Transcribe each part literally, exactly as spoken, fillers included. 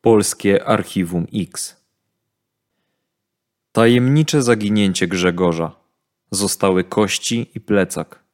Polskie Archiwum X. Tajemnicze zaginięcie Grzegorza. Zostały kości i plecak.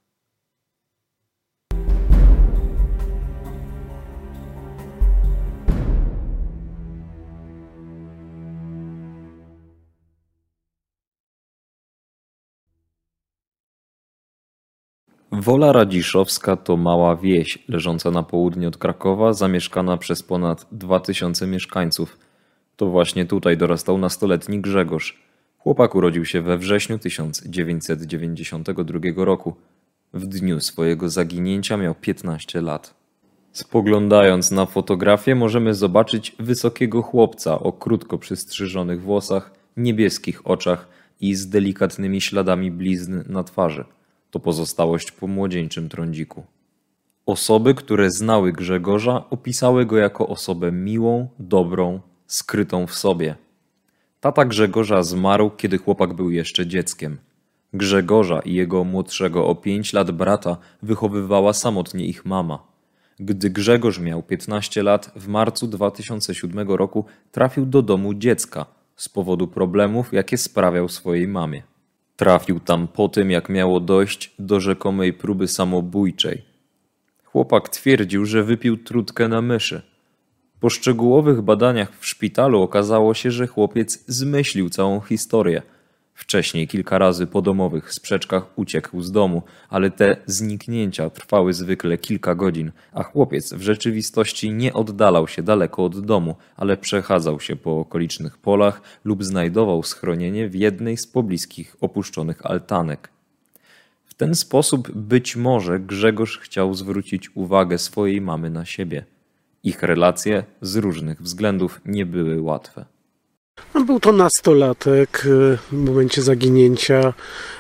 Wola Radziszowska to mała wieś leżąca na południe od Krakowa, zamieszkana przez ponad dwa tysiące mieszkańców. To właśnie tutaj dorastał nastoletni Grzegorz. Chłopak urodził się we wrześniu tysiąc dziewięćset dziewięćdziesiątego drugiego roku. W dniu swojego zaginięcia miał piętnaście lat. Spoglądając na fotografię możemy zobaczyć wysokiego chłopca o krótko przystrzyżonych włosach, niebieskich oczach i z delikatnymi śladami blizn na twarzy. To pozostałość po młodzieńczym trądziku. Osoby, które znały Grzegorza, opisały go jako osobę miłą, dobrą, skrytą w sobie. Tata Grzegorza zmarł, kiedy chłopak był jeszcze dzieckiem. Grzegorza i jego młodszego o pięć lat brata wychowywała samotnie ich mama. Gdy Grzegorz miał piętnaście lat, w marcu dwa tysiące siódmego roku trafił do domu dziecka z powodu problemów, jakie sprawiał swojej mamie. Trafił tam po tym, jak miało dojść do rzekomej próby samobójczej. Chłopak twierdził, że wypił trutkę na myszy. Po szczegółowych badaniach w szpitalu okazało się, że chłopiec zmyślił całą historię. Wcześniej kilka razy po domowych sprzeczkach uciekł z domu, ale te zniknięcia trwały zwykle kilka godzin, a chłopiec w rzeczywistości nie oddalał się daleko od domu, ale przechadzał się po okolicznych polach lub znajdował schronienie w jednej z pobliskich opuszczonych altanek. W ten sposób być może Grzegorz chciał zwrócić uwagę swojej mamy na siebie. Ich relacje z różnych względów nie były łatwe. No, był to nastolatek w momencie zaginięcia.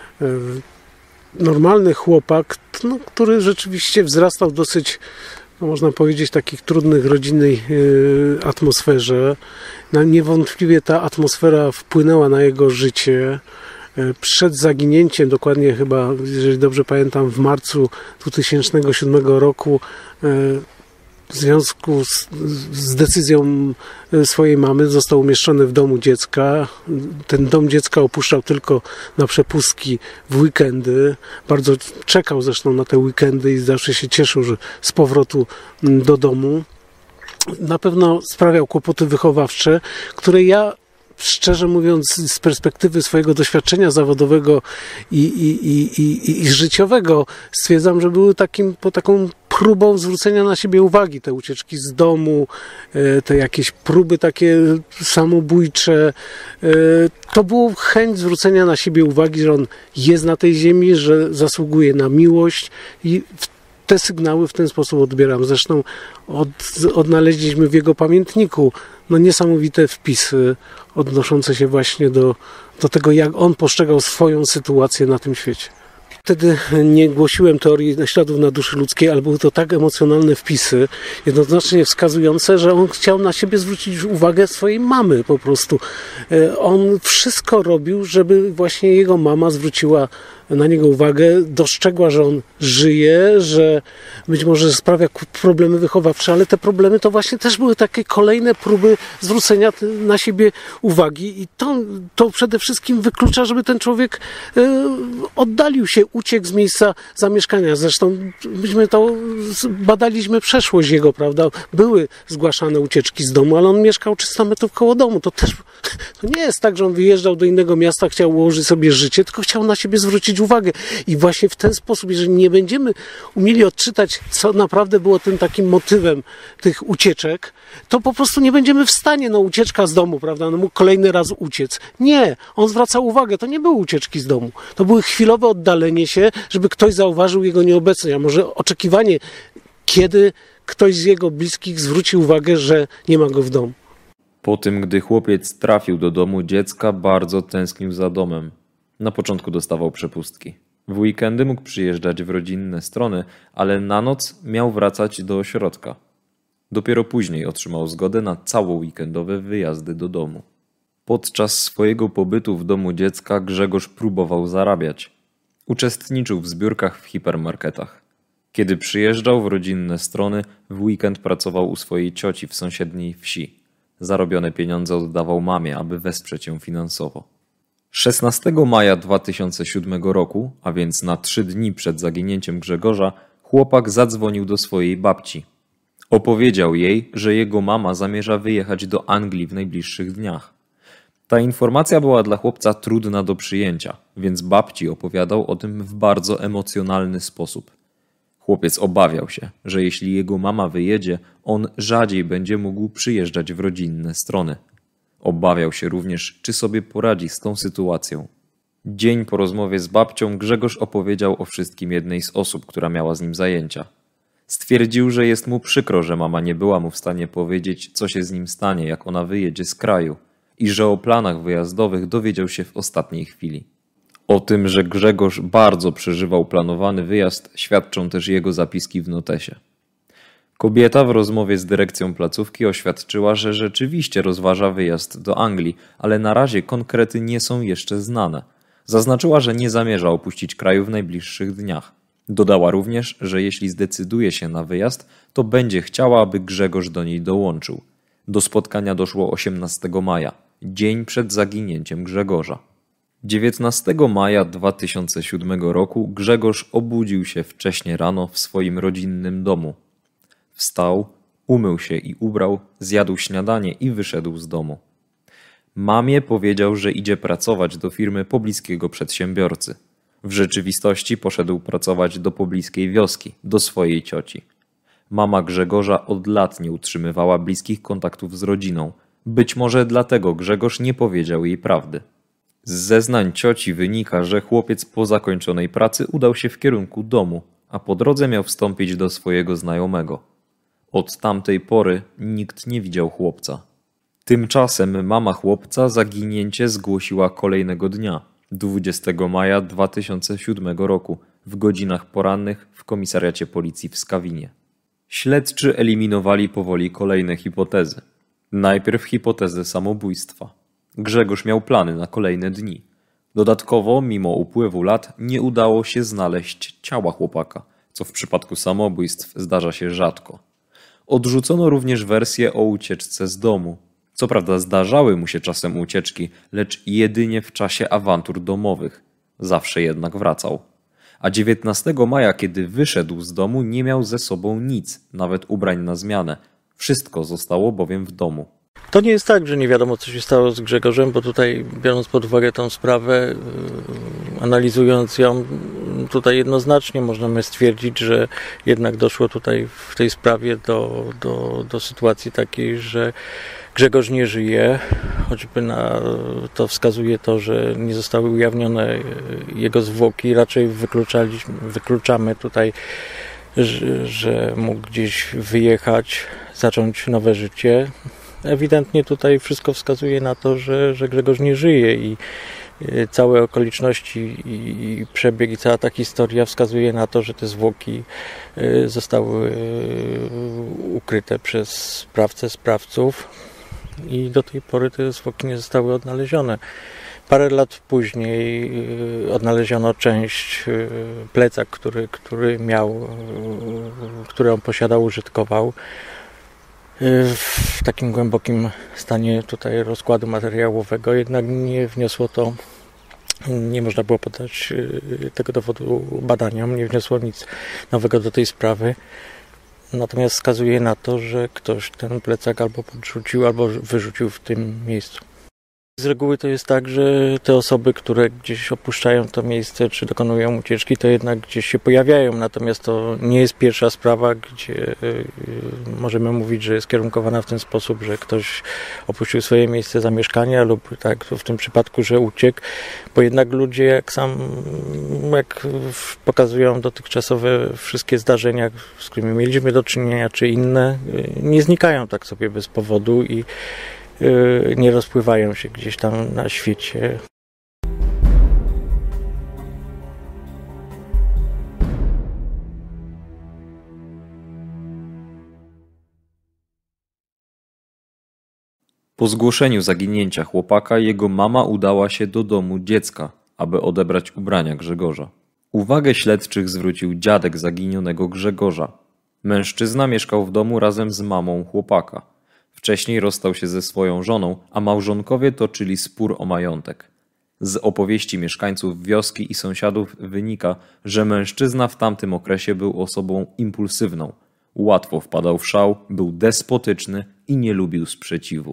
Normalny chłopak, no, który rzeczywiście wzrastał w dosyć, no, można powiedzieć, takich trudnych rodzinnej atmosferze. No, niewątpliwie ta atmosfera wpłynęła na jego życie. Przed zaginięciem, dokładnie chyba, jeżeli dobrze pamiętam, w marcu dwa tysiące siódmego roku, w związku z, z decyzją swojej mamy został umieszczony w domu dziecka. Ten dom dziecka opuszczał tylko na przepustki w weekendy. Bardzo czekał zresztą na te weekendy i zawsze się cieszył, że z powrotu do domu. Na pewno sprawiał kłopoty wychowawcze, które ja, szczerze mówiąc, z perspektywy swojego doświadczenia zawodowego i, i, i, i, i życiowego stwierdzam, że były takim, po taką próbą zwrócenia na siebie uwagi. Te ucieczki z domu, te jakieś próby takie samobójcze. To było chęć zwrócenia na siebie uwagi, że on jest na tej ziemi, że zasługuje na miłość i te sygnały w ten sposób odbieram. Zresztą od, odnaleźliśmy w jego pamiętniku no niesamowite wpisy odnoszące się właśnie do, do tego, jak on postrzegał swoją sytuację na tym świecie. Wtedy nie głosiłem teorii śladów na duszy ludzkiej, ale były to tak emocjonalne wpisy, jednoznacznie wskazujące, że on chciał na siebie zwrócić uwagę swojej mamy po prostu. On wszystko robił, żeby właśnie jego mama zwróciła na niego uwagę, dostrzegła, że on żyje, że być może sprawia problemy wychowawcze, ale te problemy to właśnie też były takie kolejne próby zwrócenia na siebie uwagi i to, to przede wszystkim wyklucza, żeby ten człowiek oddalił się, uciekł z miejsca zamieszkania. Zresztą myśmy to badaliśmy przeszłość jego, prawda? Były zgłaszane ucieczki z domu, ale on mieszkał trzysta metrów koło domu. To też to nie jest tak, że on wyjeżdżał do innego miasta, chciał ułożyć sobie życie, tylko chciał na siebie zwrócić uwagę. I właśnie w ten sposób, jeżeli nie będziemy umieli odczytać, co naprawdę było tym takim motywem tych ucieczek, to po prostu nie będziemy w stanie, no ucieczka z domu, prawda, no mógł kolejny raz uciec. Nie, on zwracał uwagę, to nie były ucieczki z domu. To były chwilowe oddalenie się, żeby ktoś zauważył jego nieobecność, a może oczekiwanie, kiedy ktoś z jego bliskich zwróci uwagę, że nie ma go w domu. Po tym, gdy chłopiec trafił do domu dziecka, bardzo tęsknił za domem. Na początku dostawał przepustki. W weekendy mógł przyjeżdżać w rodzinne strony, ale na noc miał wracać do ośrodka. Dopiero później otrzymał zgodę na całoweekendowe wyjazdy do domu. Podczas swojego pobytu w domu dziecka Grzegorz próbował zarabiać. Uczestniczył w zbiórkach w hipermarketach. Kiedy przyjeżdżał w rodzinne strony, w weekend pracował u swojej cioci w sąsiedniej wsi. Zarobione pieniądze oddawał mamie, aby wesprzeć ją finansowo. szesnastego maja dwa tysiące siódmego roku, a więc na trzy dni przed zaginięciem Grzegorza, chłopak zadzwonił do swojej babci. Opowiedział jej, że jego mama zamierza wyjechać do Anglii w najbliższych dniach. Ta informacja była dla chłopca trudna do przyjęcia, więc babci opowiadał o tym w bardzo emocjonalny sposób. Chłopiec obawiał się, że jeśli jego mama wyjedzie, on rzadziej będzie mógł przyjeżdżać w rodzinne strony. Obawiał się również, czy sobie poradzi z tą sytuacją. Dzień po rozmowie z babcią Grzegorz opowiedział o wszystkim jednej z osób, która miała z nim zajęcia. Stwierdził, że jest mu przykro, że mama nie była mu w stanie powiedzieć, co się z nim stanie, jak ona wyjedzie z kraju, i że o planach wyjazdowych dowiedział się w ostatniej chwili. O tym, że Grzegorz bardzo przeżywał planowany wyjazd, świadczą też jego zapiski w notesie. Kobieta w rozmowie z dyrekcją placówki oświadczyła, że rzeczywiście rozważa wyjazd do Anglii, ale na razie konkrety nie są jeszcze znane. Zaznaczyła, że nie zamierza opuścić kraju w najbliższych dniach. Dodała również, że jeśli zdecyduje się na wyjazd, to będzie chciała, aby Grzegorz do niej dołączył. Do spotkania doszło osiemnastego maja, dzień przed zaginięciem Grzegorza. dziewiętnastego maja dwa tysiące siódmego roku Grzegorz obudził się wcześnie rano w swoim rodzinnym domu. Wstał, umył się i ubrał, zjadł śniadanie i wyszedł z domu. Mamie powiedział, że idzie pracować do firmy pobliskiego przedsiębiorcy. W rzeczywistości poszedł pracować do pobliskiej wioski, do swojej cioci. Mama Grzegorza od lat nie utrzymywała bliskich kontaktów z rodziną. Być może dlatego Grzegorz nie powiedział jej prawdy. Z zeznań cioci wynika, że chłopiec po zakończonej pracy udał się w kierunku domu, a po drodze miał wstąpić do swojego znajomego. Od tamtej pory nikt nie widział chłopca. Tymczasem mama chłopca zaginięcie zgłosiła kolejnego dnia, dwudziestego maja dwa tysiące siódmego roku, w godzinach porannych w komisariacie policji w Skawinie. Śledczy eliminowali powoli kolejne hipotezy. Najpierw hipotezę samobójstwa. Grzegorz miał plany na kolejne dni. Dodatkowo, mimo upływu lat, nie udało się znaleźć ciała chłopaka, co w przypadku samobójstw zdarza się rzadko. Odrzucono również wersję o ucieczce z domu. Co prawda zdarzały mu się czasem ucieczki, lecz jedynie w czasie awantur domowych. Zawsze jednak wracał. A dziewiętnastego maja, kiedy wyszedł z domu, nie miał ze sobą nic, nawet ubrań na zmianę. Wszystko zostało bowiem w domu. To nie jest tak, że nie wiadomo, co się stało z Grzegorzem, bo tutaj, biorąc pod uwagę tą sprawę, analizując ją, tutaj jednoznacznie możemy stwierdzić, że jednak doszło tutaj w tej sprawie do, do, do sytuacji takiej, że Grzegorz nie żyje, choćby na to wskazuje to, że nie zostały ujawnione jego zwłoki. Raczej wykluczaliśmy, wykluczamy tutaj, że, że mógł gdzieś wyjechać, zacząć nowe życie. Ewidentnie tutaj wszystko wskazuje na to, że, że Grzegorz nie żyje i całe okoliczności i przebieg i cała ta historia wskazuje na to, że te zwłoki zostały ukryte przez sprawcę, sprawców i do tej pory te zwłoki nie zostały odnalezione. Parę lat później odnaleziono część, plecak, który, który miał, który on posiadał, użytkował. W takim głębokim stanie tutaj rozkładu materiałowego, jednak nie wniosło to, nie można było poddać tego dowodu badaniom, nie wniosło nic nowego do tej sprawy. Natomiast wskazuje na to, że ktoś ten plecak albo podrzucił, albo wyrzucił w tym miejscu. Z reguły to jest tak, że te osoby, które gdzieś opuszczają to miejsce, czy dokonują ucieczki, to jednak gdzieś się pojawiają. Natomiast to nie jest pierwsza sprawa, gdzie możemy mówić, że jest kierunkowana w ten sposób, że ktoś opuścił swoje miejsce zamieszkania lub tak w tym przypadku, że uciekł. Bo jednak ludzie, jak sam, jak pokazują dotychczasowe wszystkie zdarzenia, z którymi mieliśmy do czynienia, czy inne, nie znikają tak sobie bez powodu i nie rozpływają się gdzieś tam na świecie. Po zgłoszeniu zaginięcia chłopaka jego mama udała się do domu dziecka, aby odebrać ubrania Grzegorza. Uwagę śledczych zwrócił dziadek zaginionego Grzegorza. Mężczyzna mieszkał w domu razem z mamą chłopaka. Wcześniej rozstał się ze swoją żoną, a małżonkowie toczyli spór o majątek. Z opowieści mieszkańców wioski i sąsiadów wynika, że mężczyzna w tamtym okresie był osobą impulsywną. Łatwo wpadał w szał, był despotyczny i nie lubił sprzeciwu.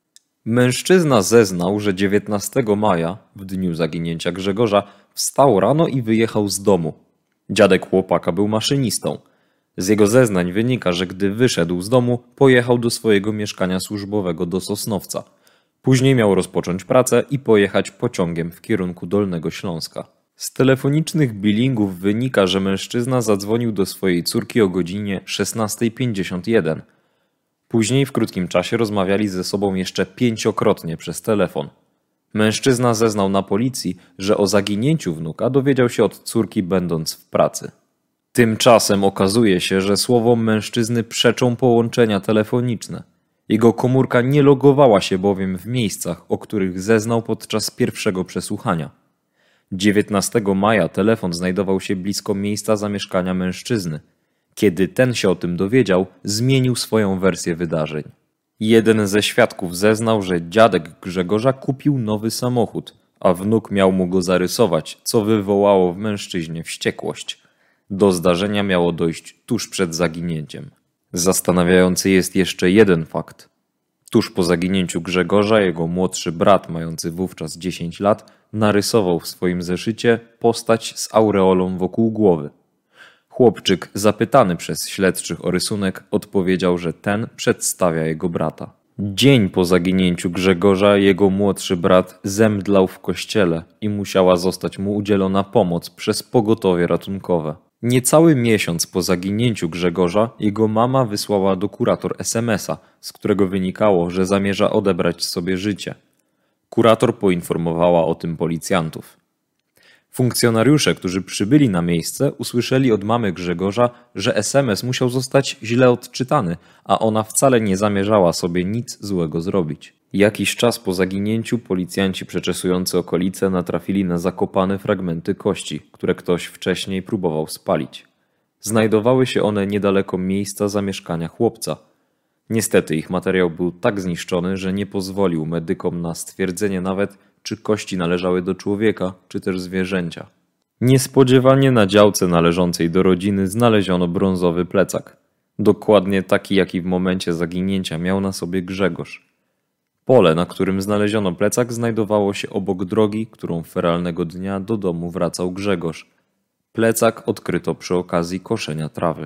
Mężczyzna zeznał, że dziewiętnastego maja, w dniu zaginięcia Grzegorza, wstał rano i wyjechał z domu. Dziadek chłopaka był maszynistą. Z jego zeznań wynika, że gdy wyszedł z domu, pojechał do swojego mieszkania służbowego do Sosnowca. Później miał rozpocząć pracę i pojechać pociągiem w kierunku Dolnego Śląska. Z telefonicznych billingów wynika, że mężczyzna zadzwonił do swojej córki o godzinie szesnasta pięćdziesiąt jeden. Później w krótkim czasie rozmawiali ze sobą jeszcze pięciokrotnie przez telefon. Mężczyzna zeznał na policji, że o zaginięciu wnuka dowiedział się od córki będąc w pracy. Tymczasem okazuje się, że słowom mężczyzny przeczą połączenia telefoniczne. Jego komórka nie logowała się bowiem w miejscach, o których zeznał podczas pierwszego przesłuchania. dziewiętnastego maja telefon znajdował się blisko miejsca zamieszkania mężczyzny. Kiedy ten się o tym dowiedział, zmienił swoją wersję wydarzeń. Jeden ze świadków zeznał, że dziadek Grzegorza kupił nowy samochód, a wnuk miał mu go zarysować, co wywołało w mężczyźnie wściekłość. Do zdarzenia miało dojść tuż przed zaginięciem. Zastanawiający jest jeszcze jeden fakt. Tuż po zaginięciu Grzegorza jego młodszy brat, mający wówczas dziesięć lat, narysował w swoim zeszycie postać z aureolą wokół głowy. Chłopczyk, zapytany przez śledczych o rysunek, odpowiedział, że ten przedstawia jego brata. Dzień po zaginięciu Grzegorza jego młodszy brat zemdlał w kościele i musiała zostać mu udzielona pomoc przez pogotowie ratunkowe. Niecały miesiąc po zaginięciu Grzegorza jego mama wysłała do kurator es em es a, z którego wynikało, że zamierza odebrać sobie życie. Kurator poinformowała o tym policjantów. Funkcjonariusze, którzy przybyli na miejsce, usłyszeli od mamy Grzegorza, że es em es musiał zostać źle odczytany, a ona wcale nie zamierzała sobie nic złego zrobić. Jakiś czas po zaginięciu policjanci przeczesujący okolice natrafili na zakopane fragmenty kości, które ktoś wcześniej próbował spalić. Znajdowały się one niedaleko miejsca zamieszkania chłopca. Niestety ich materiał był tak zniszczony, że nie pozwolił medykom na stwierdzenie nawet, czy kości należały do człowieka, czy też zwierzęcia. Niespodziewanie na działce należącej do rodziny znaleziono brązowy plecak. Dokładnie taki, jaki w momencie zaginięcia miał na sobie Grzegorz. Pole, na którym znaleziono plecak, znajdowało się obok drogi, którą feralnego dnia do domu wracał Grzegorz. Plecak odkryto przy okazji koszenia trawy.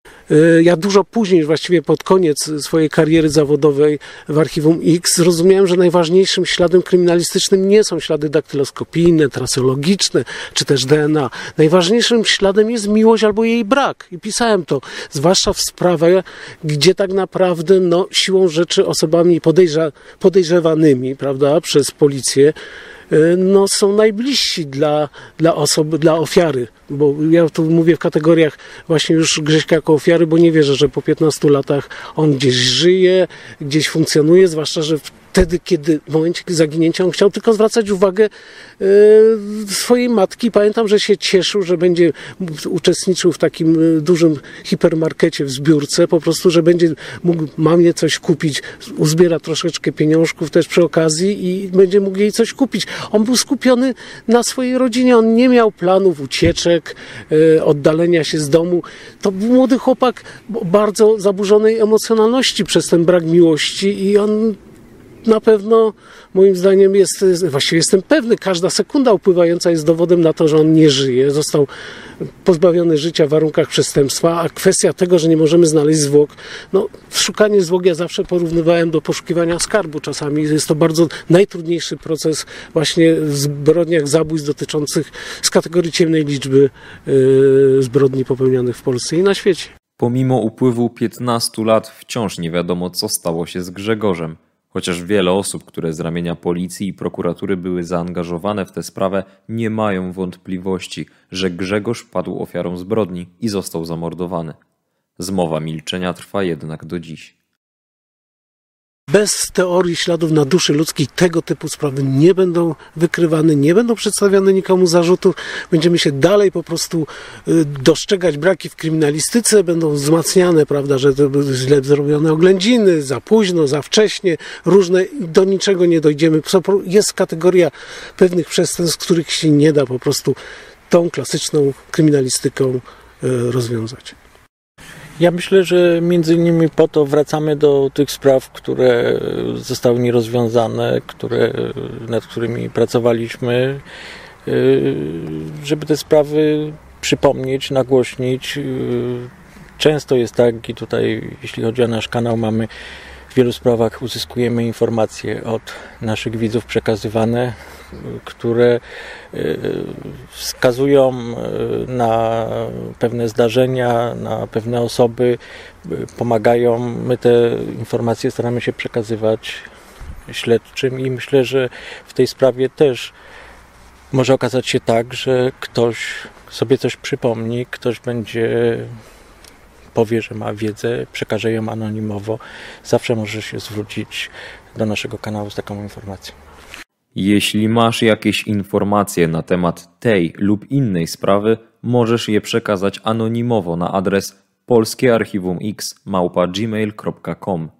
Ja dużo później, właściwie pod koniec swojej kariery zawodowej w Archiwum X, zrozumiałem, że najważniejszym śladem kryminalistycznym nie są ślady daktyloskopijne, trasologiczne, czy też D N A. Najważniejszym śladem jest miłość albo jej brak. I pisałem to, zwłaszcza w sprawach, gdzie tak naprawdę no, siłą rzeczy osobami podejrza, podejrzewanymi, prawda, przez policję, no, są najbliżsi dla, dla osoby, dla ofiary, bo ja tu mówię w kategoriach właśnie już Grześka jako ofiary, bo nie wierzę, że po piętnastu latach on gdzieś żyje, gdzieś funkcjonuje, zwłaszcza, że wtedy, kiedy w momencie zaginięcia on chciał tylko zwracać uwagę e, swojej matki. Pamiętam, że się cieszył, że będzie uczestniczył w takim e, dużym hipermarkecie w zbiórce, po prostu, że będzie mógł mamie coś kupić, uzbiera troszeczkę pieniążków też przy okazji i będzie mógł jej coś kupić. On był skupiony na swojej rodzinie, on nie miał planów ucieczek, e, oddalenia się z domu. To był młody chłopak o bardzo zaburzonej emocjonalności przez ten brak miłości i on na pewno, moim zdaniem, jest, właściwie jestem pewny, każda sekunda upływająca jest dowodem na to, że on nie żyje. Został pozbawiony życia w warunkach przestępstwa, a kwestia tego, że nie możemy znaleźć zwłok, no szukanie zwłok ja zawsze porównywałem do poszukiwania skarbu czasami. Jest to bardzo najtrudniejszy proces właśnie w zbrodniach zabójstw dotyczących z kategorii ciemnej liczby yy, zbrodni popełnianych w Polsce i na świecie. Pomimo upływu piętnastu lat wciąż nie wiadomo, co stało się z Grzegorzem. Chociaż wiele osób, które z ramienia policji i prokuratury były zaangażowane w tę sprawę, nie mają wątpliwości, że Grzegorz padł ofiarą zbrodni i został zamordowany. Zmowa milczenia trwa jednak do dziś. Bez teorii śladów na duszy ludzkiej tego typu sprawy nie będą wykrywane, nie będą przedstawiane nikomu zarzutów. Będziemy się dalej po prostu dostrzegać braki w kryminalistyce, będą wzmacniane, prawda, że to były źle zrobione oględziny, za późno, za wcześnie, różne, do niczego nie dojdziemy. Jest kategoria pewnych przestępstw, których się nie da po prostu tą klasyczną kryminalistyką rozwiązać. Ja myślę, że między innymi po to wracamy do tych spraw, które zostały nierozwiązane, które, nad którymi pracowaliśmy, żeby te sprawy przypomnieć, nagłośnić. Często jest tak, i tutaj jeśli chodzi o nasz kanał, mamy w wielu sprawach uzyskujemy informacje od naszych widzów przekazywane, które wskazują na pewne zdarzenia, na pewne osoby, pomagają. My te informacje staramy się przekazywać śledczym i myślę, że w tej sprawie też może okazać się tak, że ktoś sobie coś przypomni, ktoś będzie powie, że ma wiedzę, przekaże ją anonimowo. Zawsze może się zwrócić do naszego kanału z taką informacją. Jeśli masz jakieś informacje na temat tej lub innej sprawy, możesz je przekazać anonimowo na adres polskiearchiwumx małpa gmail kropka com.